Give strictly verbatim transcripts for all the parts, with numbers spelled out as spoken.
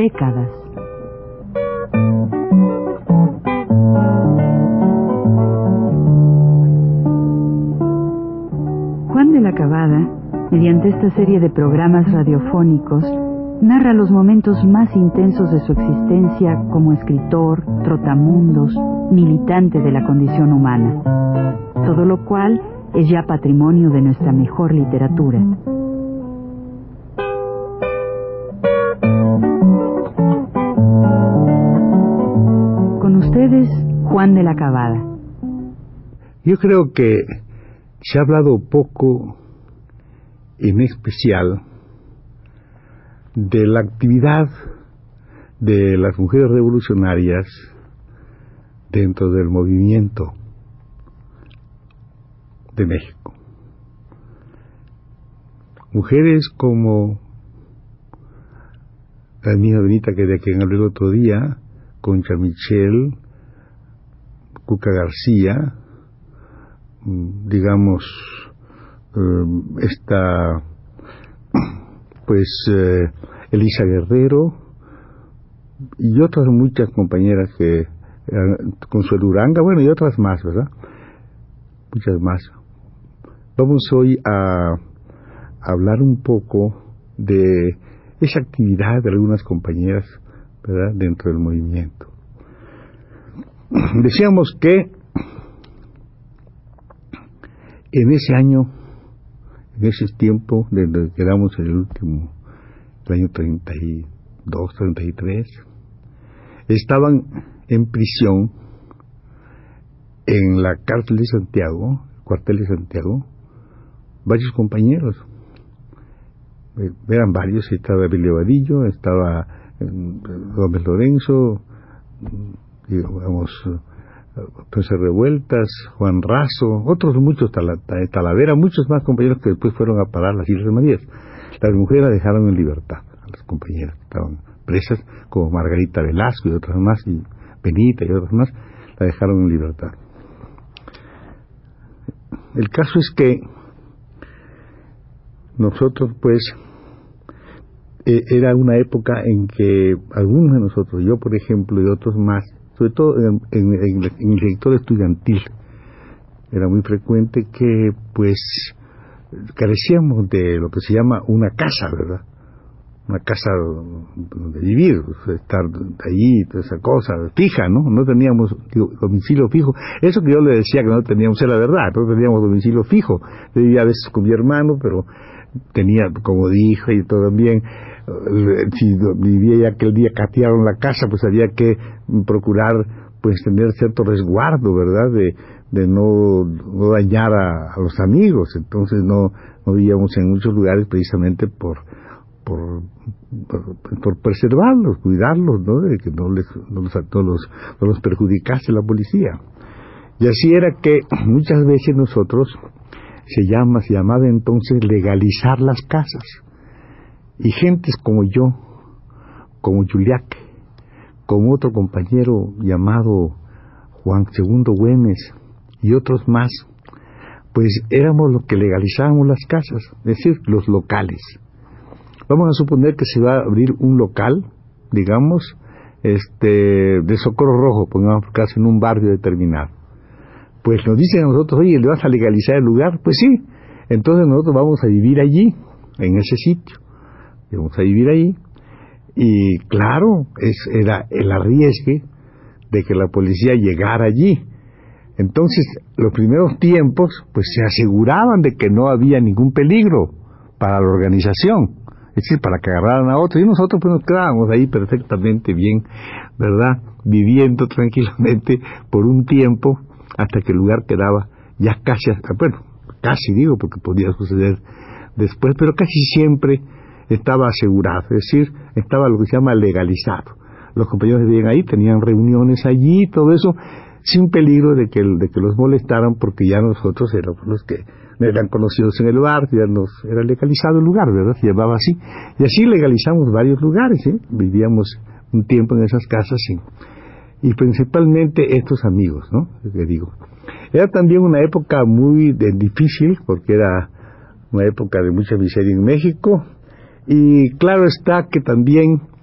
décadas. Juan de la Cabada, mediante esta serie de programas radiofónicos, narra los momentos más intensos de su existencia como escritor, trotamundos, militante de la condición humana. Todo lo cual es ya patrimonio de nuestra mejor literatura. Con ustedes, Juan de la Cabada. Yo creo que se ha hablado poco, en especial, de la actividad de las mujeres revolucionarias dentro del movimiento de México. Mujeres como la amiga Benita, que de quien hablé el otro día, Concha Michel, Cuca García, digamos, eh, esta, pues, eh, Elisa Guerrero, y otras muchas compañeras que, eh, Consuelo Uranga, bueno, y otras más, ¿verdad? Muchas más. Vamos hoy a hablar un poco de esa actividad de algunas compañeras, ¿verdad?, dentro del movimiento. Decíamos que en ese año, en ese tiempo, desde que quedamos en el último, el año treinta y dos, treinta y tres, estaban en prisión en la cárcel de Santiago, cuartel de Santiago, varios compañeros. Eran varios, estaba Emilio Vadillo, estaba Gómez Lorenzo, digamos, Pérez Revueltas, Juan Razo, otros muchos, Talavera, muchos más compañeros que después fueron a parar las Islas Marías. Las mujeres las dejaron en libertad, a las compañeras que estaban presas, como Margarita Velasco y otras más, y Benita y otras más, la dejaron en libertad. El caso es que nosotros, pues, eh, era una época en que algunos de nosotros, yo por ejemplo y otros más, sobre todo en, en, en, en el sector estudiantil, era muy frecuente que, pues, carecíamos de lo que se llama una casa, ¿verdad? Una casa donde vivir, estar ahí, toda esa cosa fija, ¿no? No teníamos, digo, domicilio fijo. Eso que yo le decía que no teníamos era verdad, no teníamos domicilio fijo. Yo vivía a veces con mi hermano, pero tenía, como dije, y todo bien, si vivía ya que el día catearon la casa, pues había que procurar, pues, tener cierto resguardo, ¿verdad?, de, de no, no dañar a, a los amigos. Entonces no, no vivíamos en muchos lugares precisamente por por, por, por preservarlos, cuidarlos, ¿no?, de que no les no los, no los, no los perjudicase la policía. Y así era que muchas veces nosotros se llama se llamaba entonces legalizar las casas, y gentes como yo, como Juliac, como otro compañero llamado Juan Segundo Güemes y otros más, pues éramos los que legalizábamos las casas, es decir, los locales. Vamos a suponer que se va a abrir un local, digamos, este, de Socorro Rojo, pongamos por caso, en un barrio determinado. Pues nos dicen a nosotros, oye, ¿le vas a legalizar el lugar? Pues sí, entonces nosotros vamos a vivir allí, en ese sitio, vamos a vivir allí, y claro, es, era el arriesgue de que la policía llegara allí. Entonces, los primeros tiempos, pues se aseguraban de que no había ningún peligro para la organización, es decir, para que agarraran a otros, y nosotros pues nos quedábamos ahí perfectamente bien, ¿verdad?, viviendo tranquilamente por un tiempo, hasta que el lugar quedaba ya casi, bueno, casi digo, porque podía suceder después, pero casi siempre estaba asegurado, es decir, estaba lo que se llama legalizado. Los compañeros vivían ahí, tenían reuniones allí, todo eso, sin peligro de que, de que los molestaran, porque ya nosotros éramos los que eran conocidos en el barrio, ya nos era legalizado el lugar, ¿verdad? Se llamaba así. Y así legalizamos varios lugares, ¿eh? Vivíamos un tiempo en esas casas, sí. Y principalmente estos amigos, ¿no? Que digo. Era también una época muy de, difícil, porque era una época de mucha miseria en México, y claro está que también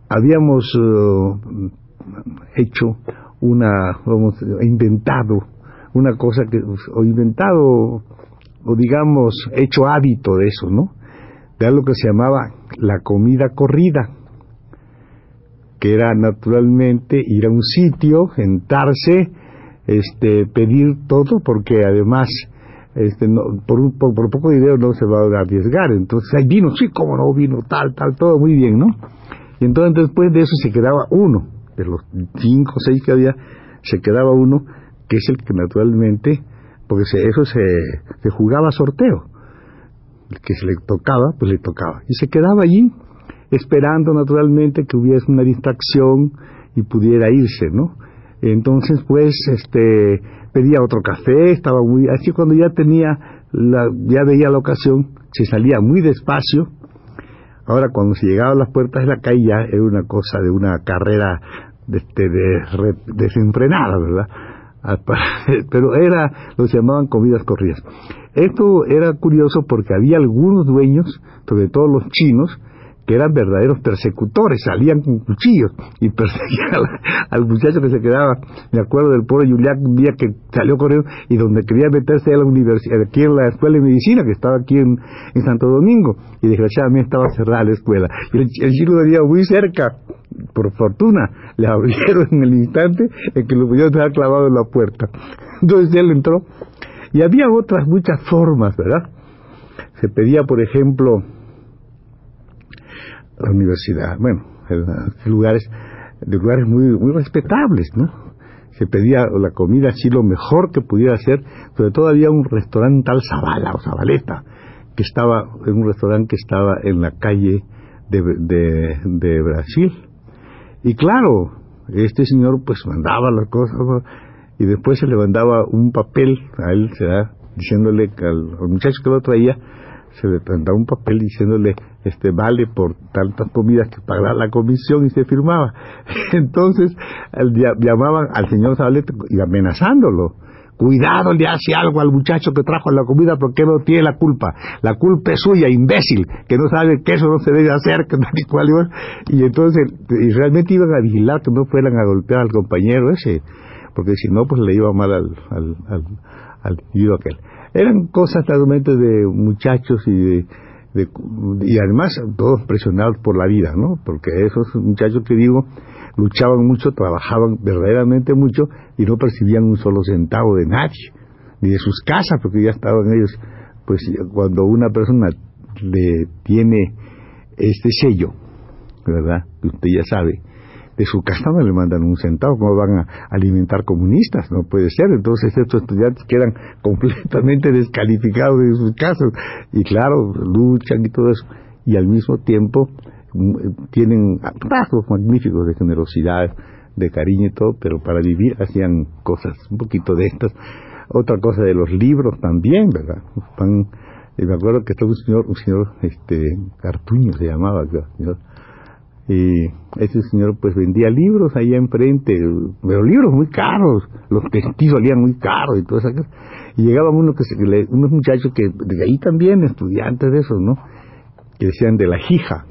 habíamos uh, hecho una, vamos, inventado una cosa que, o inventado, o digamos, hecho hábito de eso, ¿no? De algo que se llamaba la comida corrida, que era naturalmente ir a un sitio, sentarse, este, pedir todo, porque además, este, no, por, un, por, por poco dinero no se va a arriesgar. Entonces, hay vino, sí, cómo no, vino, tal, tal, todo muy bien, ¿no? Y entonces después de eso se quedaba uno, de los cinco o seis que había, se quedaba uno, que es el que naturalmente, porque se, eso se, se jugaba a sorteo, el que se le tocaba, pues le tocaba, y se quedaba allí, esperando naturalmente que hubiese una distracción y pudiera irse, ¿no? Entonces, pues, este, pedía otro café, estaba muy, así cuando ya tenía, la, ya veía la ocasión, se salía muy despacio. Ahora, cuando se llegaba a las puertas de la calle, ya era una cosa de una carrera de, de, de, desenfrenada, ¿verdad? Pero era, lo llamaban comidas corridas. Esto era curioso porque había algunos dueños, sobre todo los chinos, que eran verdaderos persecutores, salían con cuchillos y perseguían al, al muchacho que se quedaba. Me acuerdo del pobre Julián un día que salió corriendo y donde quería meterse a la universidad, aquí en la escuela de medicina, que estaba aquí en, en Santo Domingo, y desgraciadamente estaba cerrada la escuela. Y el, el chino venía muy cerca, por fortuna, le abrieron en el instante en que lo pudieron dejar clavado en la puerta. Entonces él entró, y había otras muchas formas, ¿verdad? Se pedía, por ejemplo, la universidad, bueno, en lugares, de lugares muy, muy respetables, ¿no? Se pedía la comida así lo mejor que pudiera ser. Sobre todo había un restaurante tal Zavala o Zabaleta, que estaba, en un restaurante que estaba en la calle de, de, de Brasil. Y claro, este señor pues mandaba las cosas, y después se le mandaba un papel a él, se da, diciéndole que al, al muchacho que lo traía, se le mandaba un papel diciéndole, este, vale por tantas comidas que pagará la comisión, y se firmaba. Entonces el, llamaban al señor Zabaleta y amenazándolo: cuidado, le hace algo al muchacho que trajo la comida, porque no tiene la culpa, la culpa es suya, imbécil, que no sabe que eso no se debe hacer, que no hay cual, y entonces y realmente iban a vigilar que no fueran a golpear al compañero ese, porque si no, pues le iba mal al al al, al individuo aquel. Eran cosas realmente de muchachos y de, de, y además todos presionados por la vida, ¿no? Porque esos muchachos que digo luchaban mucho, trabajaban verdaderamente mucho y no percibían un solo centavo de nadie, ni de sus casas, porque ya estaban ellos. Pues cuando una persona le tiene este sello, ¿verdad?, que usted ya sabe, de su casa no le mandan un centavo. ¿Cómo van a alimentar comunistas? No puede ser. Entonces estos estudiantes quedan completamente descalificados de sus casas, y claro, luchan y todo eso, y al mismo tiempo tienen rasgos magníficos de generosidad, de cariño y todo, pero para vivir hacían cosas un poquito de estas. Otra cosa de los libros también, ¿verdad? Van, y me acuerdo que estaba un señor, un señor este, Gartuño se llamaba, señor, y ese señor pues vendía libros allá enfrente, pero libros muy caros, los textiles salían muy caros y todo eso. Y llegaban uno que se, unos muchachos que de ahí también, estudiantes de esos, ¿no?, que decían de la jija.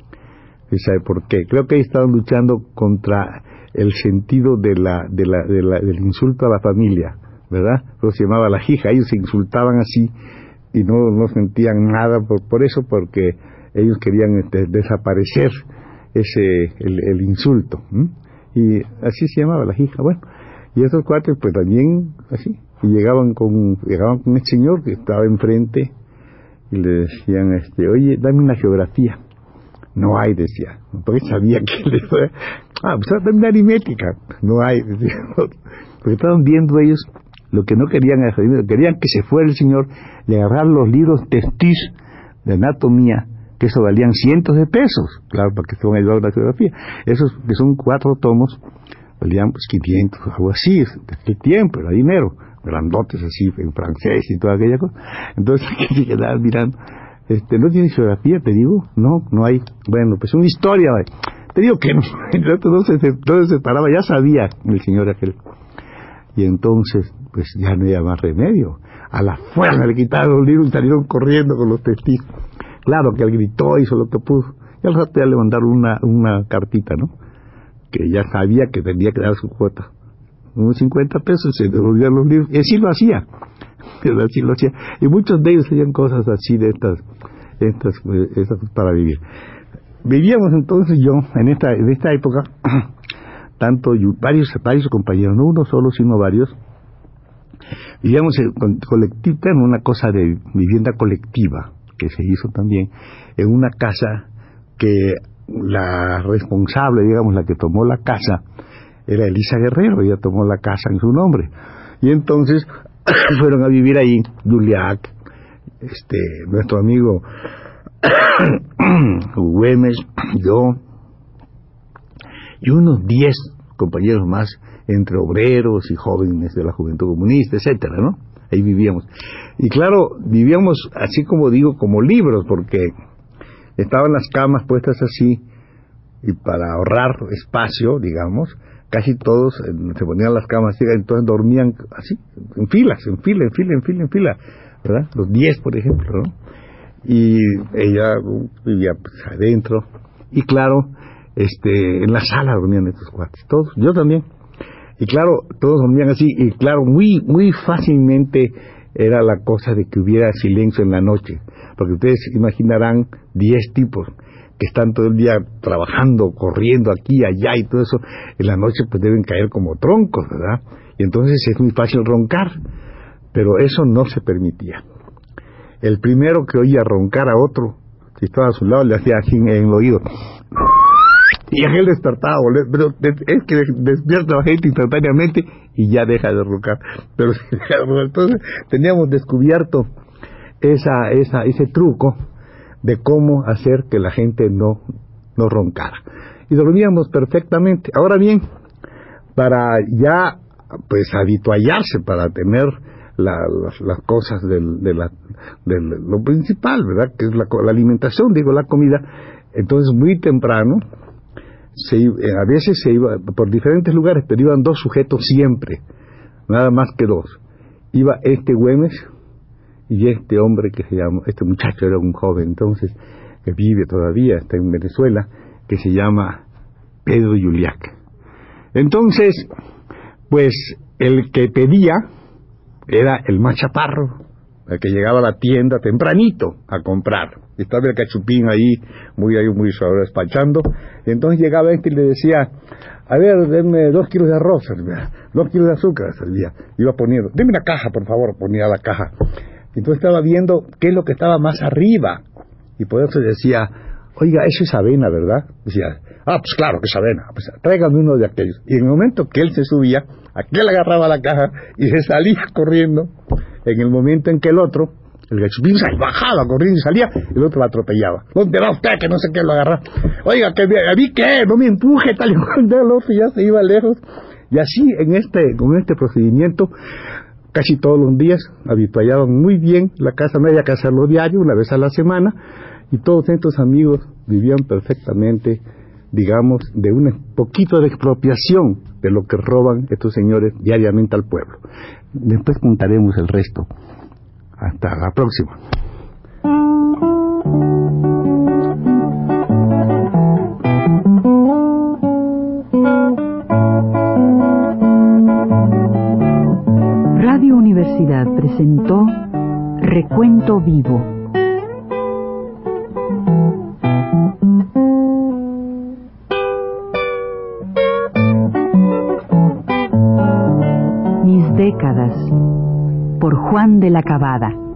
¿Y sabe por qué? Creo que ahí estaban luchando contra el sentido de la, de la, de la, del insulto a la familia, ¿verdad? Pero se llamaba la jija. Ellos se insultaban así y no, no sentían nada por, por eso, porque ellos querían este, desaparecer ese el, el insulto, ¿m? Y así se llamaba la jija. Bueno, y esos cuates pues también así, y llegaban con llegaban con el señor que estaba enfrente y le decían, este, oye, dame una geografía. No hay, decía, porque sabía que le fue, ah, pues dame una aritmética. No hay, decía, porque estaban viendo ellos lo que no querían, querían que se fuera el señor y agarrar los libros testis de anatomía, que eso valían cientos de pesos, claro, para que se van a ayudar a la geografía. Esos que son cuatro tomos valían pues quinientos, algo así, desde el tiempo, era dinero, grandotes así, en francés y toda aquella cosa. Entonces aquí se quedaban mirando, este, ¿no tiene geografía? Te digo, no, no hay. Bueno, pues una historia, ¿vale? Te digo que no, no se, no se separaba, ya sabía el señor aquel. Y entonces, pues ya no había más remedio. A la fuerza le quitaron los libros y salieron corriendo con los testigos. Claro que él gritó, hizo lo que pudo, Y al rato ya le mandaron una, una cartita, ¿no? Que ya sabía que tenía que dar su cuota. Unos cincuenta pesos, se devolvían los libros. Y así lo hacía. Pero así lo hacía. Y muchos de ellos hacían cosas así de estas, estas, estas para vivir. Vivíamos entonces yo, en esta, en esta época, tanto yo, varios, varios compañeros, no uno solo, sino varios, vivíamos en, colectiva, en una cosa de vivienda colectiva, que se hizo también, en una casa que la responsable, digamos, la que tomó la casa, era Elisa Guerrero. Ella tomó la casa en su nombre. Y entonces fueron a vivir ahí Juliac, este, nuestro amigo Güemes, yo, y unos diez compañeros más, entre obreros y jóvenes de la Juventud Comunista, etcétera, ¿no? Ahí vivíamos. Y claro, vivíamos así como digo, como libros, porque estaban las camas puestas así, y para ahorrar espacio, digamos, casi todos eh, se ponían las camas así, entonces dormían así, en filas, en fila, en fila, en fila, en fila, ¿verdad? Los diez, por ejemplo, ¿no? Y ella vivía pues, adentro, y claro, este, en la sala dormían estos cuates, todos, yo también. Y claro, todos dormían así, y claro, muy, muy fácilmente era la cosa de que hubiera silencio en la noche, porque ustedes imaginarán diez tipos que están todo el día trabajando, corriendo aquí, allá y todo eso, en la noche pues deben caer como troncos, ¿verdad? Y entonces es muy fácil roncar, pero eso no se permitía. El primero que oía roncar a otro, si estaba a su lado, le hacía así en el oído. Y aquel despertaba, pero es que despierta la gente instantáneamente y ya deja de roncar. Pero entonces teníamos descubierto esa, esa, ese truco de cómo hacer que la gente no, no roncara. Y dormíamos perfectamente. Ahora bien, para ya pues habituallarse, para tener la, las, las cosas del, de, la, de lo principal, ¿verdad? Que es la, la alimentación, digo, la comida. Entonces muy temprano, se, a veces se iba por diferentes lugares, pero iban dos sujetos siempre, nada más que dos. Iba este Güemes y este hombre que se llama, este muchacho era un joven entonces, que vive todavía, está en Venezuela, que se llama Pedro Juliac. Entonces, pues el que pedía era el más chaparro, el que llegaba a la tienda tempranito a comprar. Estaba el cachupín ahí, muy ahí, muy suave, despachando. Y entonces llegaba este y le decía, a ver, denme dos kilos de arroz, servía, dos kilos de azúcar, servía. Iba poniendo, deme una caja, por favor, ponía la caja. Entonces estaba viendo qué es lo que estaba más arriba. Y por eso decía, oiga, eso es avena, ¿verdad? Decía, ah, pues claro que es avena, pues tráigame uno de aquellos. Y en el momento que él se subía, aquel agarraba la caja y se salía corriendo. En el momento en que el otro, el gachupín, bajaba corriendo y salía, el otro lo atropellaba. ¿Dónde va usted? Que no sé qué lo agarra. Oiga, que a mí qué, no me empuje, tal y cual, el otro ya se iba lejos. Y así, en este, con este procedimiento, casi todos los días habituallaban muy bien la casa, no había que hacerlo diario, una vez a la semana, y todos estos amigos vivían perfectamente, digamos, de un poquito de expropiación de lo que roban estos señores diariamente al pueblo. Después contaremos el resto. Hasta la próxima. Radio Universidad presentó Recuento Vivo. Mis décadas, por Juan de la Cabada.